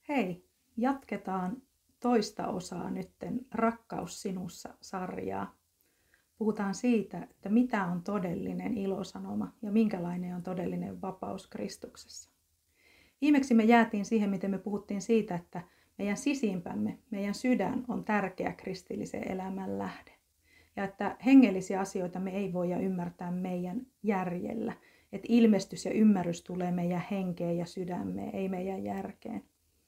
Hei, jatketaan toista osaa nytten Rakkaus sinussa -sarjaa. Puhutaan siitä, että mitä on todellinen ilosanoma ja minkälainen on todellinen vapaus Kristuksessa. Viimeksi me jäätiin siihen, miten me puhuttiin siitä, että meidän sisimpämme, meidän sydän on tärkeä kristillisen elämän lähde. Ja että hengellisiä asioita me ei voida ymmärtää meidän järjellä. Että ilmestys ja ymmärrys tulee meidän henkeen ja sydämeen, ei meidän järkeen.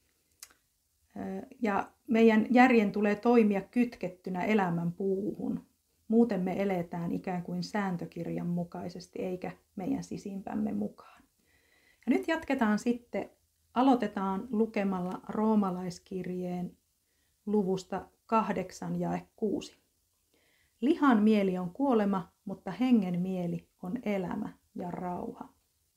Ja meidän järjen tulee toimia kytkettynä elämän puuhun. Muuten me eletään ikään kuin sääntökirjan mukaisesti, eikä meidän sisimpämme mukaan. Ja nyt jatketaan sitten, aloitetaan lukemalla Roomalaiskirjeen luvusta 8 jae 6. Lihan mieli on kuolema, mutta hengen mieli on elämä ja rauha.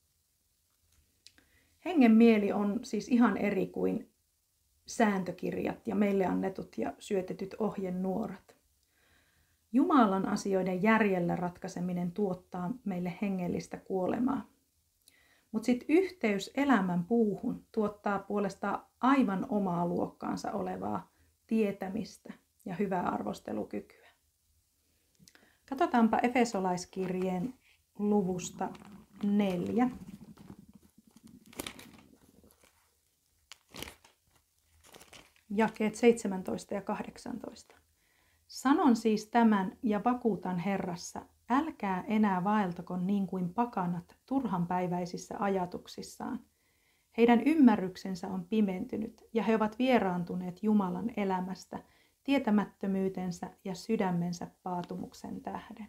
Hengen mieli on siis ihan eri kuin sääntökirjat ja meille annetut ja syötetyt ohjenuorat. Jumalan asioiden järjellä ratkaiseminen tuottaa meille hengellistä kuolemaa. Mutta sitten yhteys elämän puuhun tuottaa puolestaan aivan omaa luokkaansa olevaa tietämistä ja hyvää arvostelukykyä. Katsotaanpa Efesolaiskirjeen luvusta 4. Jakeet 17 ja 18. Sanon siis tämän ja vakuutan Herrassa, älkää enää vaeltako niin kuin pakanat turhanpäiväisissä ajatuksissaan. Heidän ymmärryksensä on pimentynyt ja he ovat vieraantuneet Jumalan elämästä tietämättömyytensä ja sydämensä paatumuksen tähden.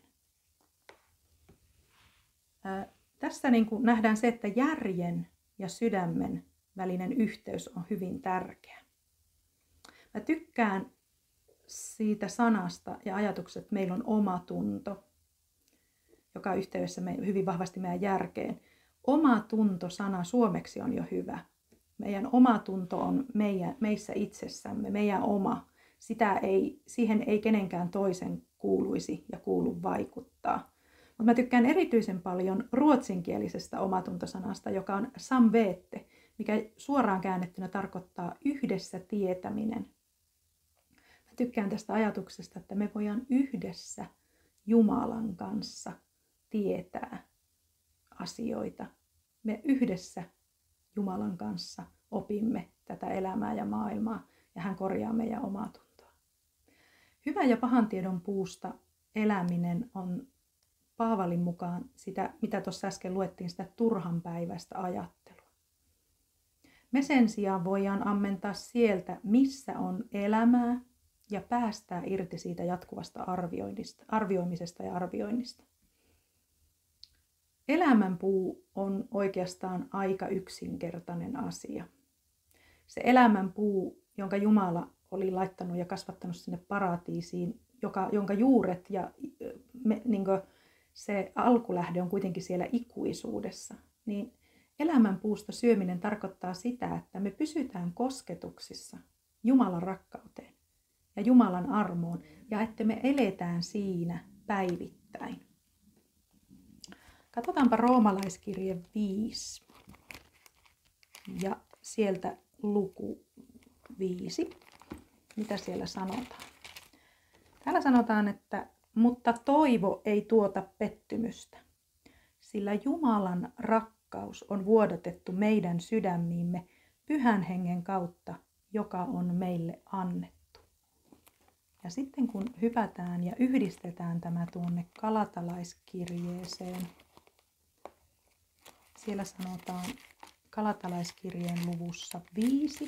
Tässä nähdään se, että järjen ja sydämen välinen yhteys on hyvin tärkeä. Mä tykkään siitä sanasta ja ajatuksesta, että meillä on oma tunto, joka on yhteydessä hyvin vahvasti meidän järkeen. Oma tunto sana suomeksi on jo hyvä. Meidän oma tunto on meissä itsessämme, meidän oma. Siihen ei kenenkään toisen kuuluisi ja kuulu vaikuttaa. Mutta mä tykkään erityisen paljon ruotsinkielisestä omatuntosanasta, joka on samvete, mikä suoraan käännettynä tarkoittaa yhdessä tietäminen. Mä tykkään tästä ajatuksesta, että me voidaan yhdessä Jumalan kanssa tietää asioita. Me yhdessä Jumalan kanssa opimme tätä elämää ja maailmaa ja hän korjaa meidän omaa tuntoa. Hyvän ja pahan tiedon puusta eläminen on Paavalin mukaan sitä, mitä tuossa äsken luettiin, sitä turhanpäiväistä ajattelua. Me sen sijaan voidaan ammentaa sieltä, missä on elämää ja päästää irti siitä jatkuvasta arvioimisesta ja arvioinnista. Elämänpuu on oikeastaan aika yksinkertainen asia. Se elämänpuu, jonka Jumala oli laittanut ja kasvattanut sinne paratiisiin, jonka juuret ja se alkulähde on kuitenkin siellä ikuisuudessa, niin elämänpuusta syöminen tarkoittaa sitä, että me pysytään kosketuksissa Jumalan rakkauteen ja Jumalan armoon ja että me eletään siinä päivittäin. Katsotaanpa Roomalaiskirje 5 ja sieltä luku 5. Mitä siellä sanotaan? Täällä sanotaan, että mutta toivo ei tuota pettymystä, sillä Jumalan rakkaus on vuodatettu meidän sydämiimme Pyhän Hengen kautta, joka on meille annettu. Ja sitten kun hypätään ja yhdistetään tämä tuonne Galatalaiskirjeeseen, siellä sanotaan Galatalaiskirjeen luvussa 5,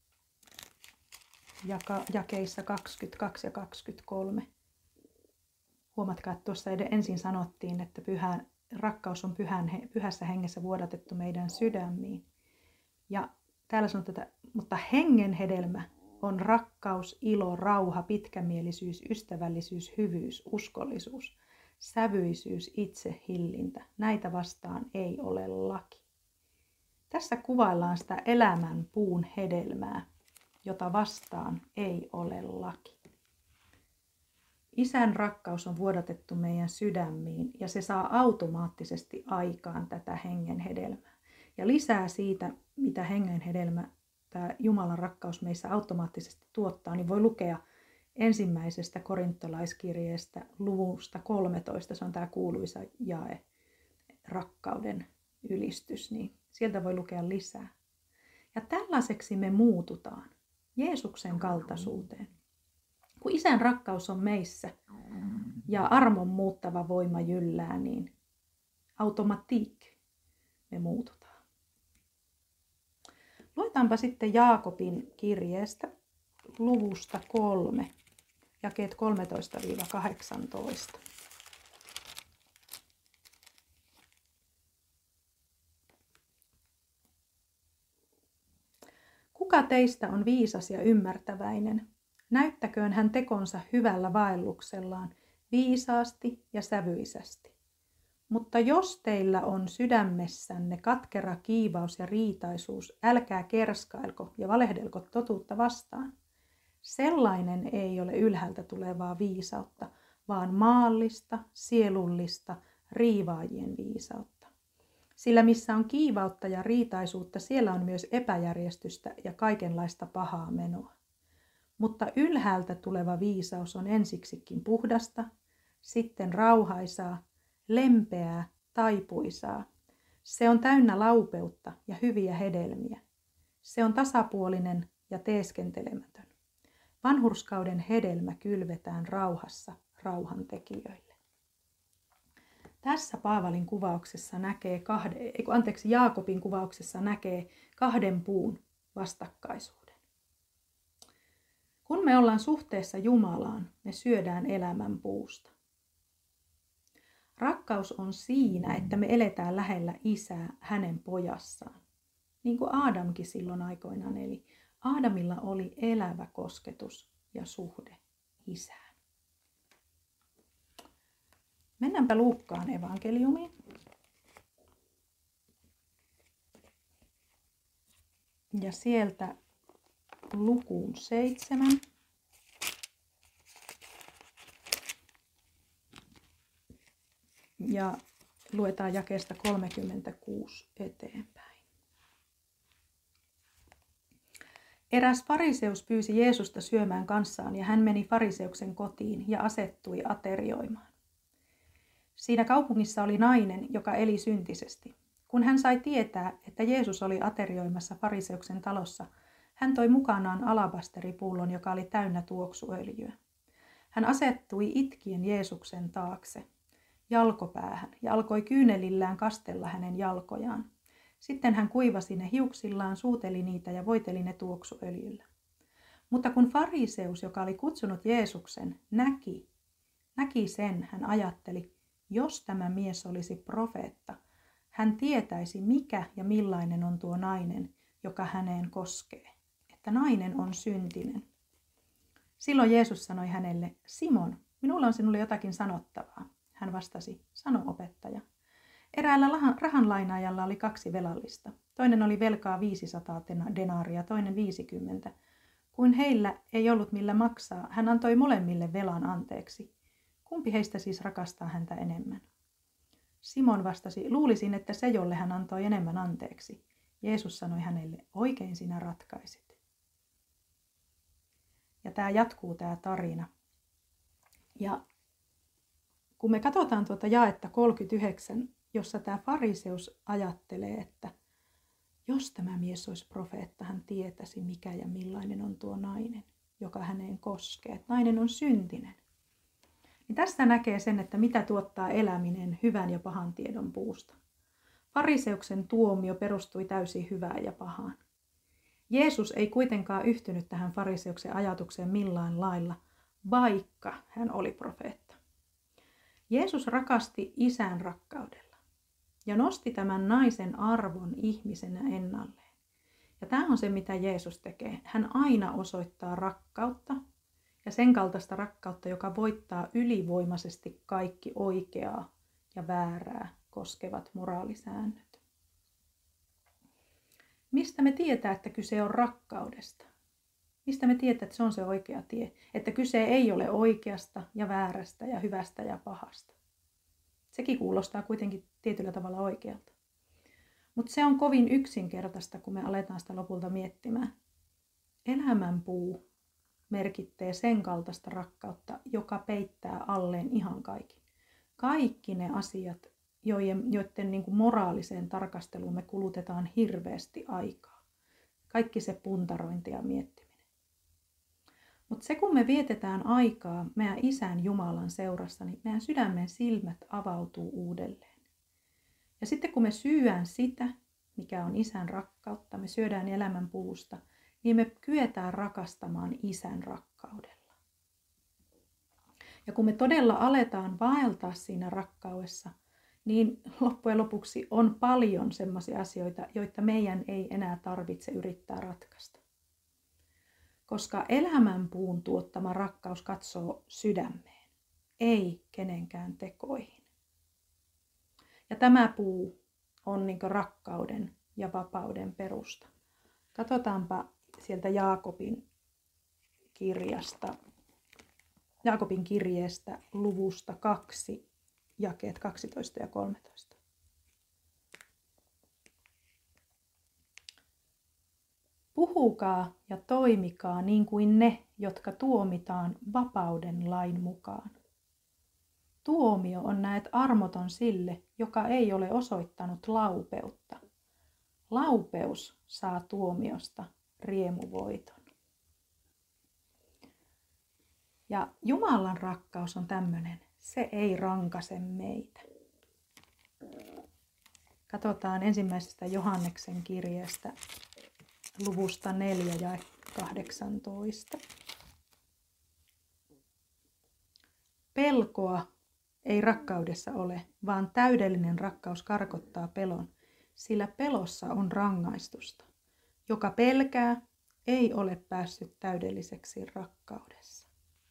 jakeissa 22 ja 23. Huomatkaa, että tuossa ensin sanottiin, että rakkaus on pyhässä hengessä vuodatettu meidän sydämiin. Ja täällä sanotaan, että mutta hengen hedelmä on rakkaus, ilo, rauha, pitkämielisyys, ystävällisyys, hyvyys, uskollisuus, sävyisyys, itsehillintä. Näitä vastaan ei ole laki. Tässä kuvaillaan sitä elämän puun hedelmää, jota vastaan ei ole laki. Isän rakkaus on vuodatettu meidän sydämiin ja se saa automaattisesti aikaan tätä hengen hedelmää. Ja lisää siitä, mitä hengen hedelmä tämä Jumalan rakkaus meissä automaattisesti tuottaa, niin voi lukea ensimmäisestä korintolaiskirjeestä luvusta 13. Se on tämä kuuluisa jae, rakkauden ylistys, niin sieltä voi lukea lisää. Ja tällaiseksi me muututaan Jeesuksen kaltaisuuteen. Kun Isän rakkaus on meissä ja armon muuttava voima jyllää, niin automatiikki me muututaan. Luetaanpa sitten Jaakobin kirjeestä luvusta 3, jakeet 13-18. Kuka teistä on viisas ja ymmärtäväinen? Näyttäköön hän tekonsa hyvällä vaelluksellaan, viisaasti ja sävyisästi. Mutta jos teillä on sydämessänne katkera kiivaus ja riitaisuus, älkää kerskailko ja valehdelko totuutta vastaan. Sellainen ei ole ylhäältä tulevaa viisautta, vaan maallista, sielullista, riivaajien viisautta. Sillä missä on kiivautta ja riitaisuutta, siellä on myös epäjärjestystä ja kaikenlaista pahaa menoa. Mutta ylhäältä tuleva viisaus on ensiksikin puhdasta, sitten rauhaisaa, lempeää, taipuisaa. Se on täynnä laupeutta ja hyviä hedelmiä. Se on tasapuolinen ja teeskentelemätön. Vanhurskauden hedelmä kylvetään rauhassa rauhantekijöille. Tässä Paavalin kuvauksessa Jaakobin kuvauksessa näkee kahden puun vastakkaisuuden. Kun me ollaan suhteessa Jumalaan, me syödään elämän puusta. Rakkaus on siinä, että me eletään lähellä Isää hänen pojassaan. Niin kuin Aadamkin silloin aikoinaan eli. Aadamilla oli elävä kosketus ja suhde Isään. Mennäänpä Luukkaan evankeliumiin. Ja sieltä lukuun 7. Ja luetaan jakeesta 36 eteenpäin. Eräs fariseus pyysi Jeesusta syömään kanssaan ja hän meni fariseuksen kotiin ja asettui aterioimaan. Siinä kaupungissa oli nainen, joka eli syntisesti. Kun hän sai tietää, että Jeesus oli aterioimassa fariseuksen talossa, hän toi mukanaan alabasteripullon, joka oli täynnä tuoksuöljyä. Hän asettui itkien Jeesuksen taakse, jalkopäähän, ja alkoi kyynelillään kastella hänen jalkojaan. Sitten hän kuivasi ne hiuksillaan, suuteli niitä ja voiteli ne tuoksuöljyllä. Mutta kun fariseus, joka oli kutsunut Jeesuksen, näki sen, hän ajatteli, jos tämä mies olisi profeetta, hän tietäisi mikä ja millainen on tuo nainen, joka häneen koskee, että nainen on syntinen. Silloin Jeesus sanoi hänelle, Simon, minulla on sinulle jotakin sanottavaa. Hän vastasi, sano opettaja. Eräällä rahanlainaajalla oli 2 velallista. Toinen oli velkaa 500 denaaria, toinen 50. Kun heillä ei ollut millä maksaa, hän antoi molemmille velan anteeksi. Kumpi heistä siis rakastaa häntä enemmän? Simon vastasi, luulisin, että se, jolle hän antoi enemmän anteeksi. Jeesus sanoi hänelle, oikein sinä ratkaisit. Ja tämä jatkuu tämä tarina. Ja kun me katsotaan tuota jaetta 39, jossa tämä fariseus ajattelee, että jos tämä mies olisi profeetta, hän tietäisi mikä ja millainen on tuo nainen, joka häneen koskee. Että nainen on syntinen. Niin tästä näkee sen, että mitä tuottaa eläminen hyvän ja pahan tiedon puusta. Fariseuksen tuomio perustui täysin hyvään ja pahaan. Jeesus ei kuitenkaan yhtynyt tähän fariseuksen ajatukseen millään lailla, vaikka hän oli profeetta. Jeesus rakasti Isän rakkaudella ja nosti tämän naisen arvon ihmisenä ennalleen. Ja tämä on se, mitä Jeesus tekee. Hän aina osoittaa rakkautta ja sen kaltaista rakkautta, joka voittaa ylivoimaisesti kaikki oikeaa ja väärää koskevat moraalisäännöt. Mistä me tietää, että kyse on rakkaudesta? Mistä me tietää, että se on se oikea tie? Että kyse ei ole oikeasta ja väärästä ja hyvästä ja pahasta. Sekin kuulostaa kuitenkin tietyllä tavalla oikealta. Mutta se on kovin yksinkertaista, kun me aletaan sitä lopulta miettimään. elämänpuu merkittää sen kaltaista rakkautta, joka peittää alleen ihan kaiken. Kaikki ne asiat, joiden niin kuin moraaliseen tarkasteluun me kulutetaan hirveästi aikaa. Kaikki se puntarointi ja miettiminen. Mutta se kun me vietetään aikaa meidän Isän Jumalan seurassa, niin meidän sydämen silmät avautuu uudelleen. Ja sitten kun me syödään sitä, mikä on Isän rakkautta, me syödään elämän puusta, niin me kyetään rakastamaan Isän rakkaudella. Ja kun me todella aletaan vaeltaa siinä rakkaudessa, niin loppujen lopuksi on paljon sellaisia asioita, joita meidän ei enää tarvitse yrittää ratkaista. Koska elämänpuun tuottama rakkaus katsoo sydämeen, ei kenenkään tekoihin. Ja tämä puu on niin kuin rakkauden ja vapauden perusta. Katsotaanpa sieltä Jaakobin kirjeestä luvusta 2, jakeet 12 ja 13. Puhukaa ja toimikaa niin kuin ne, jotka tuomitaan vapauden lain mukaan. Tuomio on näet armoton sille, joka ei ole osoittanut laupeutta. Laupeus saa tuomiosta riemuvoiton. Ja Jumalan rakkaus on tämmöinen, se ei rankase meitä. Katsotaan ensimmäisestä Johanneksen kirjeestä luvusta 4 ja 18. Pelkoa ei rakkaudessa ole, vaan täydellinen rakkaus karkottaa pelon, sillä pelossa on rangaistusta. Joka pelkää, ei ole päässyt täydelliseksi rakkaudessa.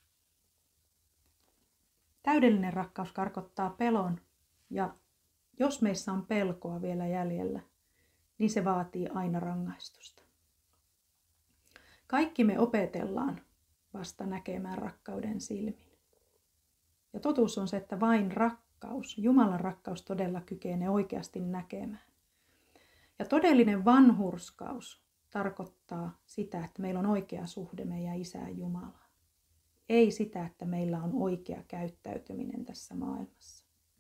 Täydellinen rakkaus karkottaa pelon, ja jos meissä on pelkoa vielä jäljellä, niin se vaatii aina rangaistusta. Kaikki me opetellaan vasta näkemään rakkauden silmin. Ja totuus on se, että vain rakkaus, Jumalan rakkaus todella kykenee oikeasti näkemään. Ja todellinen vanhurskaus tarkoittaa sitä, että meillä on oikea suhde meidän Isään Jumalaan. Ei sitä, että meillä on oikea käyttäytyminen tässä maailmassa.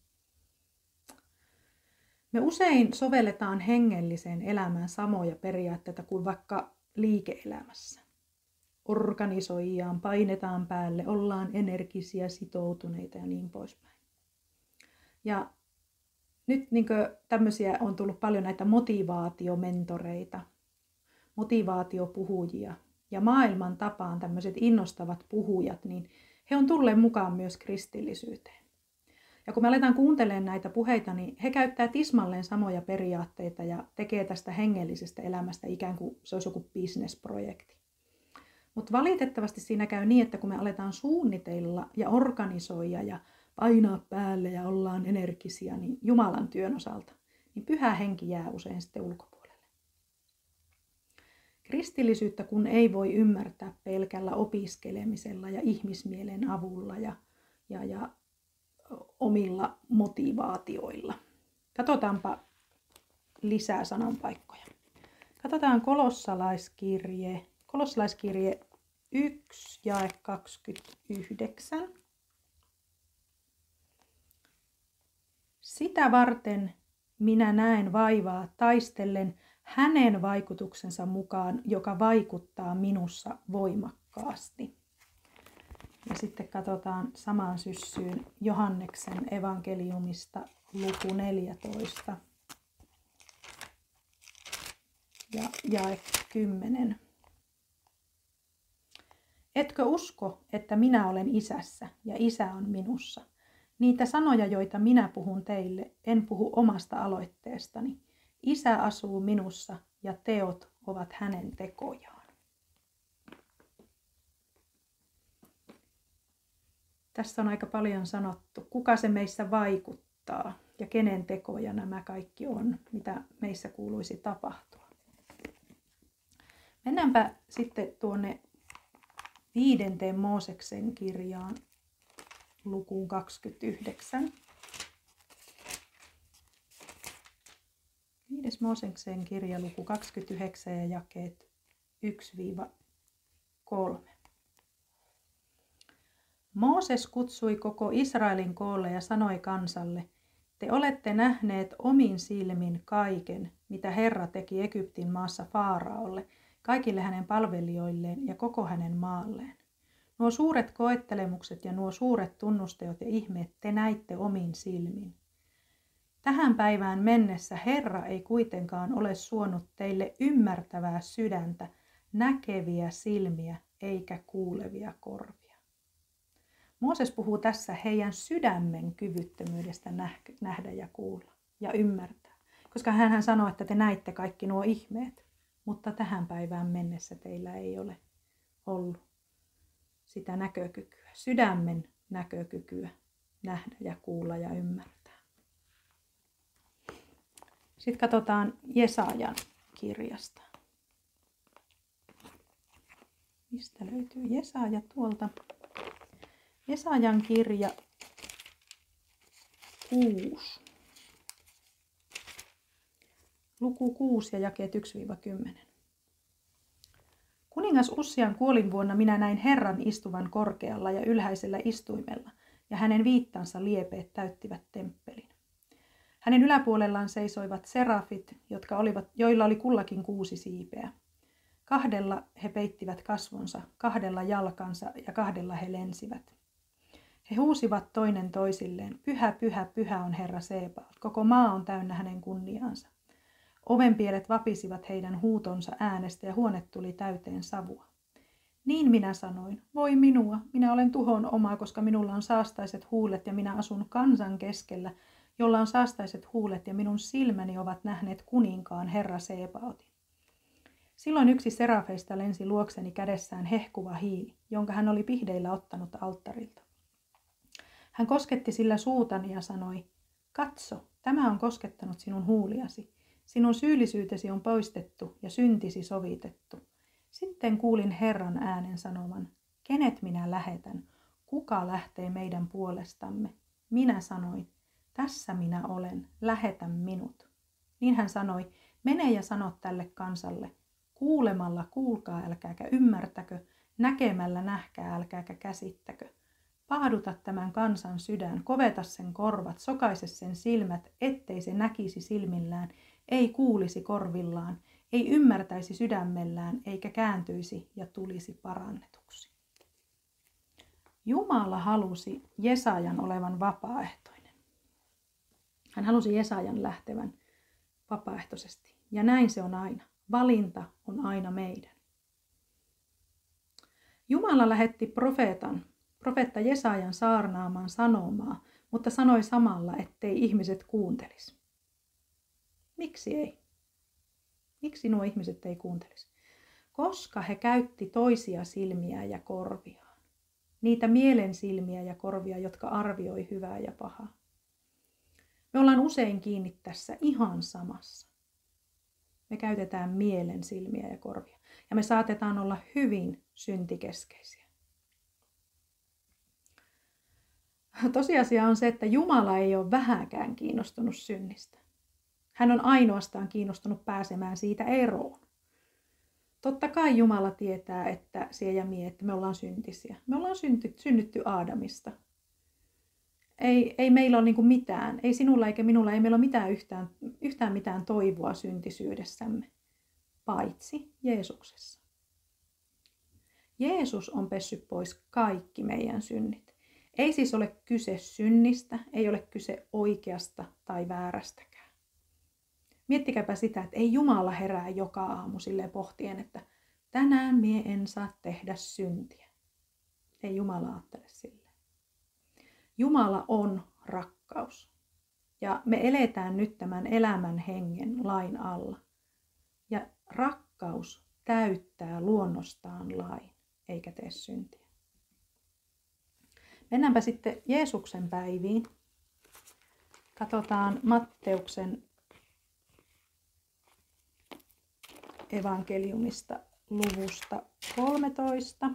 Me usein sovelletaan hengelliseen elämään samoja periaatteita kuin vaikka liike-elämässä. Organisoidaan, painetaan päälle, ollaan energisiä, sitoutuneita ja niin poispäin. Ja nyt tämmöisiä on tullut paljon näitä motivaatiomentoreita, motivaatiopuhujia ja maailman tapaan tämmöiset innostavat puhujat, niin he on tulleet mukaan myös kristillisyyteen. Ja kun me aletaan kuuntelemaan näitä puheita, niin he käyttää tismalleen samoja periaatteita ja tekee tästä hengellisestä elämästä ikään kuin se olisi joku bisnesprojekti. Mutta valitettavasti siinä käy niin, että kun me aletaan suunnitella ja organisoida ja painaa päälle ja ollaan energisiä niin Jumalan työn osalta, niin pyhä henki jää usein sitten ulkopuolelle. Kristillisyyttä kun ei voi ymmärtää pelkällä opiskelemisella ja ihmismielen avulla ja omilla motivaatioilla. Katsotaanpa lisää sananpaikkoja. Katsotaan kolossalaiskirje 1 jae 29. Sitä varten minä näen vaivaa taistellen hänen vaikutuksensa mukaan, joka vaikuttaa minussa voimakkaasti. Ja sitten katsotaan samaan syssyyn Johanneksen evankeliumista luku 14 ja jae 10. Etkö usko, että minä olen Isässä ja Isä on minussa? Niitä sanoja, joita minä puhun teille, en puhu omasta aloitteestani. Isä asuu minussa ja teot ovat hänen tekojaan. Tässä on aika paljon sanottu, kuka se meissä vaikuttaa ja kenen tekoja nämä kaikki on, mitä meissä kuuluisi tapahtua. Mennäänpä sitten tuonne 5. Mooseksen kirjaan lukuun 29. 5. Mooseksen kirja luku 29 ja jakeet 3. Mooses kutsui koko Israelin koolle ja sanoi kansalle, te olette nähneet omin silmin kaiken, mitä Herra teki Egyptin maassa Faaraolle, kaikille hänen palvelijoilleen ja koko hänen maalleen. Nuo suuret koettelemukset ja nuo suuret tunnusteot ja ihmeet te näitte omin silmin. Tähän päivään mennessä Herra ei kuitenkaan ole suonut teille ymmärtävää sydäntä, näkeviä silmiä eikä kuulevia korvia. Mooses puhuu tässä heidän sydämen kyvyttömyydestä nähdä ja kuulla ja ymmärtää. Koska hän sanoo, että te näitte kaikki nuo ihmeet, mutta tähän päivään mennessä teillä ei ole ollut sitä näkökykyä, sydämen näkökykyä nähdä ja kuulla ja ymmärtää. Sitten katsotaan Jesajan kirjasta. Mistä löytyy Jesaja tuolta? Jesajan kirja 6. Luku 6 ja jakeet 1-10. Kuningas Ussian kuolinvuonna minä näin Herran istuvan korkealla ja ylhäisellä istuimella, ja hänen viittansa liepeet täyttivät temppelin. Hänen yläpuolellaan seisoivat serafit, joilla oli kullakin 6 siipeä. 2 he peittivät kasvonsa, 2 jalkansa ja 2 he lensivät. He huusivat toinen toisilleen, pyhä, pyhä, pyhä on Herra Sebaot, koko maa on täynnä hänen kunniaansa. Ovenpielet vapisivat heidän huutonsa äänestä ja huone tuli täyteen savua. Niin minä sanoin, voi minua, minä olen tuhon oma, koska minulla on saastaiset huulet ja minä asun kansan keskellä, jolla on saastaiset huulet ja minun silmäni ovat nähneet kuninkaan Herra Sebaotin. Silloin yksi serafeista lensi luokseni kädessään hehkuva hiili, jonka hän oli pihdeillä ottanut alttarilta. Hän kosketti sillä suutani ja sanoi, katso, tämä on koskettanut sinun huuliasi. Sinun syyllisyytesi on poistettu ja syntisi sovitettu. Sitten kuulin Herran äänen sanovan, kenet minä lähetän, kuka lähtee meidän puolestamme? Minä sanoin, tässä minä olen, lähetä minut. Niin hän sanoi, mene ja sano tälle kansalle, kuulemalla kuulkaa älkääkä ymmärtäkö, näkemällä nähkää älkääkä käsittäkö. Pahduta tämän kansan sydän, koveta sen korvat, sokaise sen silmät, ettei se näkisi silmillään, ei kuulisi korvillaan, ei ymmärtäisi sydämellään, eikä kääntyisi ja tulisi parannetuksi. Jumala halusi Jesajan olevan vapaaehtoinen. Hän halusi Jesajan lähtevän vapaaehtoisesti. Ja näin se on aina. Valinta on aina meidän. Jumala lähetti profeetta Jesajan saarnaamaan sanomaa, mutta sanoi samalla, ettei ihmiset kuuntelisi. Miksi ei? Miksi nuo ihmiset ei kuuntelisi? Koska he käytti toisia silmiä ja korviaan. Niitä mielen silmiä ja korvia, jotka arvioi hyvää ja pahaa. Me ollaan usein kiinni tässä ihan samassa. Me käytetään mielen silmiä ja korvia. Ja me saatetaan olla hyvin syntikeskeisiä. Tosiasia on se, että Jumala ei ole vähäkään kiinnostunut synnistä. Hän on ainoastaan kiinnostunut pääsemään siitä eroon. Totta kai Jumala tietää, että sie ja mie, että me ollaan syntisiä. Me ollaan synnytty Aadamista. Ei meillä ole niin kuin mitään, ei sinulla eikä minulla, ei meillä ole yhtään mitään toivoa syntisyydessämme, paitsi Jeesuksessa. Jeesus on pessyt pois kaikki meidän synnit. Ei siis ole kyse synnistä, ei ole kyse oikeasta tai väärästäkään. Miettikääpä sitä, että ei Jumala herää joka aamu silleen pohtien, että tänään mie en saa tehdä syntiä. Ei Jumala ajattele silleen. Jumala on rakkaus. Ja me eletään nyt tämän elämän hengen lain alla. Ja rakkaus täyttää luonnostaan lain, eikä tee syntiä. Mennäänpä sitten Jeesuksen päiviin. Katsotaan Matteuksen evankeliumista luvusta 13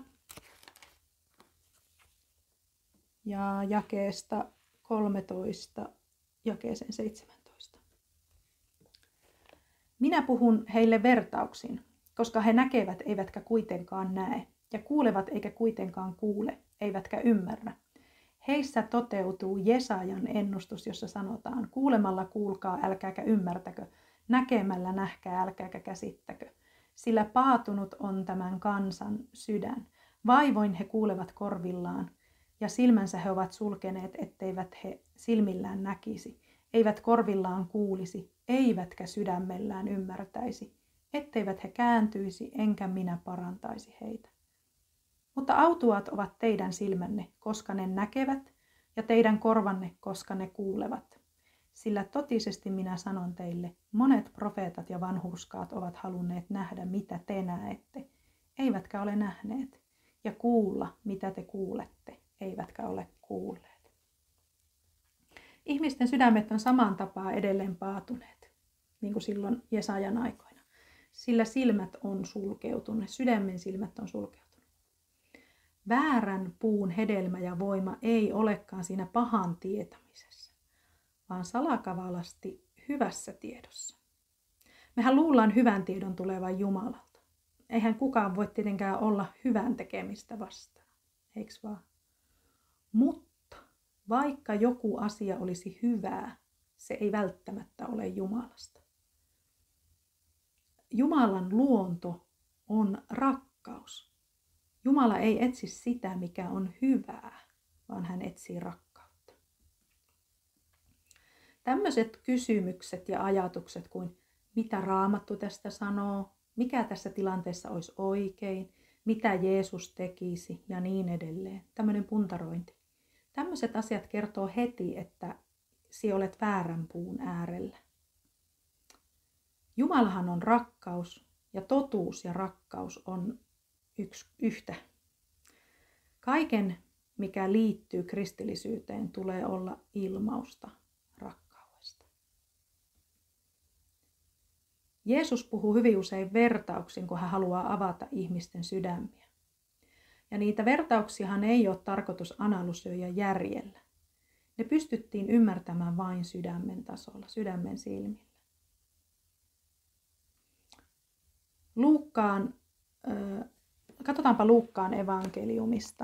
ja jakeesta 13 jakeeseen 17. Minä puhun heille vertauksin, koska he näkevät eivätkä kuitenkaan näe. ja kuulevat eikä kuitenkaan kuule, eivätkä ymmärrä. Heissä toteutuu Jesajan ennustus, jossa sanotaan, kuulemalla kuulkaa, älkääkä ymmärtäkö, näkemällä nähkää, älkääkä käsittäkö. Sillä paatunut on tämän kansan sydän. Vaivoin he kuulevat korvillaan, ja silmänsä he ovat sulkeneet, etteivät he silmillään näkisi, eivät korvillaan kuulisi, eivätkä sydämellään ymmärtäisi, etteivät he kääntyisi, enkä minä parantaisi heitä. Mutta autuaat ovat teidän silmänne, koska ne näkevät, ja teidän korvanne, koska ne kuulevat. Sillä totisesti minä sanon teille, monet profeetat ja vanhurskaat ovat halunneet nähdä, mitä te näette, eivätkä ole nähneet, ja kuulla, mitä te kuulette, eivätkä ole kuulleet. Ihmisten sydämet on samaan tapaan edelleen paatuneet, niin kuin silloin Jesajan aikoina. Sillä silmät on sulkeutuneet, sydämen silmät on sulkeutuneet. Väärän puun hedelmä ja voima ei olekaan siinä pahan tietämisessä, vaan salakavalasti hyvässä tiedossa. Mehän luullaan hyvän tiedon tulevan Jumalalta. Eihän kukaan voi tietenkään olla hyvän tekemistä vastaan, eikö vaan? Mutta vaikka joku asia olisi hyvää, se ei välttämättä ole Jumalasta. Jumalan luonto on rakkaus. Jumala ei etsi sitä, mikä on hyvää, vaan hän etsii rakkautta. Tämmöiset kysymykset ja ajatukset kuin mitä Raamattu tästä sanoo, mikä tässä tilanteessa olisi oikein, mitä Jeesus tekisi ja niin edelleen. Tämmöinen puntarointi. Tämmöiset asiat kertoo heti, että sinä olet väärän puun äärellä. Jumalahan on rakkaus ja totuus ja rakkaus on yhtä. Kaiken, mikä liittyy kristillisyyteen, tulee olla ilmausta rakkaudesta. Jeesus puhuu hyvin usein vertauksin, kun hän haluaa avata ihmisten sydämiä. Ja niitä vertauksiahan ei ole tarkoitus analysoida järjellä. Ne pystyttiin ymmärtämään vain sydämen tasolla, sydämen silmillä. Katsotaanpa Luukkaan evankeliumista.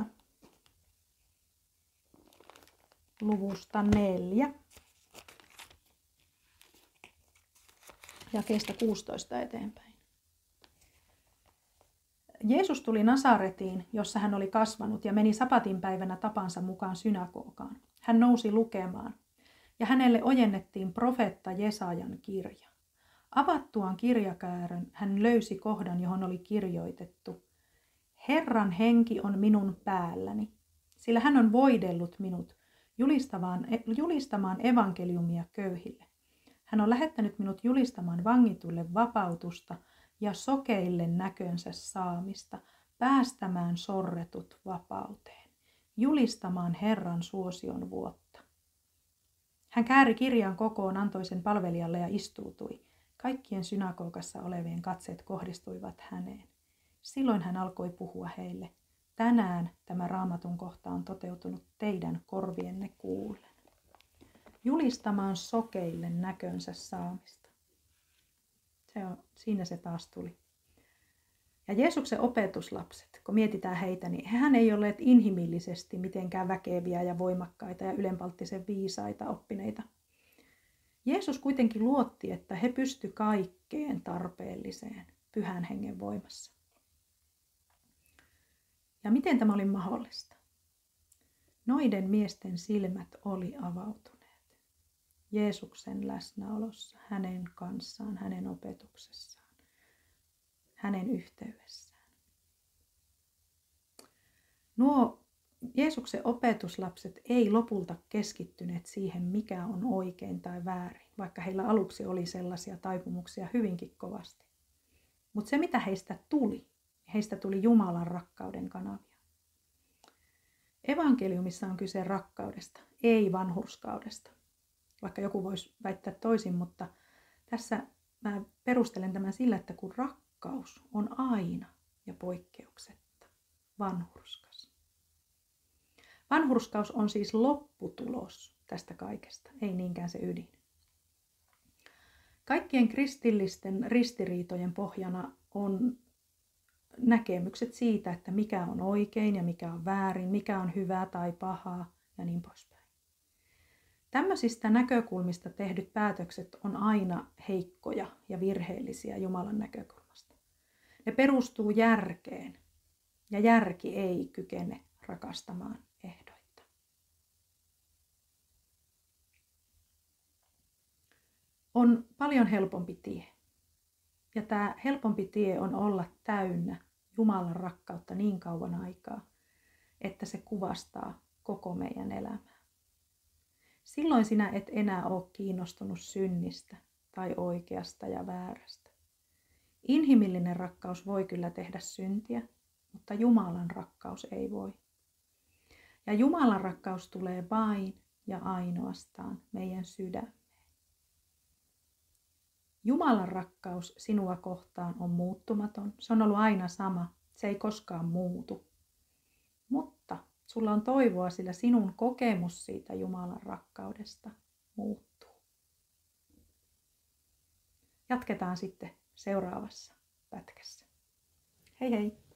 Luvusta 4. Jakeesta 16 eteenpäin. Jeesus tuli Nasaretiin, jossa hän oli kasvanut, ja meni sapatin päivänä tapansa mukaan synagogaan. Hän nousi lukemaan, ja hänelle ojennettiin profeetta Jesajan kirja. Avattuaan kirjakäärön hän löysi kohdan, johon oli kirjoitettu: Herran henki on minun päälläni, sillä hän on voidellut minut julistamaan evankeliumia köyhille. Hän on lähettänyt minut julistamaan vangituille vapautusta ja sokeille näkönsä saamista, päästämään sorretut vapauteen, julistamaan Herran suosion vuotta. Hän kääri kirjan kokoon, antoi sen palvelijalle ja istuutui. Kaikkien synagogassa olevien katseet kohdistuivat häneen. Silloin hän alkoi puhua heille: tänään tämä Raamatun kohta on toteutunut teidän korvienne kuullen. Julistamaan sokeille näkönsä saamista. Siinä se taas tuli. Ja Jeesuksen opetuslapset, kun mietitään heitä, niin hehän ei olleet inhimillisesti mitenkään väkeviä ja voimakkaita ja ylenpalttisen viisaita oppineita. Jeesus kuitenkin luotti, että he pysty kaikkeen tarpeelliseen Pyhän Hengen voimassa. Ja miten tämä oli mahdollista? Noiden miesten silmät oli avautuneet Jeesuksen läsnäolossa, hänen kanssaan, hänen opetuksessaan, hänen yhteydessään. Nuo Jeesuksen opetuslapset ei lopulta keskittyneet siihen, mikä on oikein tai väärin, vaikka heillä aluksi oli sellaisia taipumuksia hyvinkin kovasti. Mutta se, mitä heistä tuli Jumalan rakkauden kanavia. Evankeliumissa on kyse rakkaudesta, ei vanhurskaudesta. Vaikka joku voisi väittää toisin, mutta tässä mä perustelen tämän sillä, että kun rakkaus on aina ja poikkeuksetta vanhurskas. Vanhurskaus on siis lopputulos tästä kaikesta, ei niinkään se ydin. Kaikkien kristillisten ristiriitojen pohjana on näkemykset siitä, että mikä on oikein ja mikä on väärin, mikä on hyvää tai pahaa ja niin poispäin. Tämmöisistä näkökulmista tehdyt päätökset on aina heikkoja ja virheellisiä Jumalan näkökulmasta. Ne perustuu järkeen ja järki ei kykene rakastamaan ehdoitta. On paljon helpompi tie. Ja tämä helpompi tie on olla täynnä Jumalan rakkautta niin kauan aikaa, että se kuvastaa koko meidän elämää. Silloin sinä et enää ole kiinnostunut synnistä tai oikeasta ja väärästä. Inhimillinen rakkaus voi kyllä tehdä syntiä, mutta Jumalan rakkaus ei voi. Ja Jumalan rakkaus tulee vain ja ainoastaan meidän sydämeen. Jumalan rakkaus sinua kohtaan on muuttumaton. Se on ollut aina sama. Se ei koskaan muutu. Mutta sulla on toivoa, sillä sinun kokemus siitä Jumalan rakkaudesta muuttuu. Jatketaan sitten seuraavassa pätkässä. Hei hei!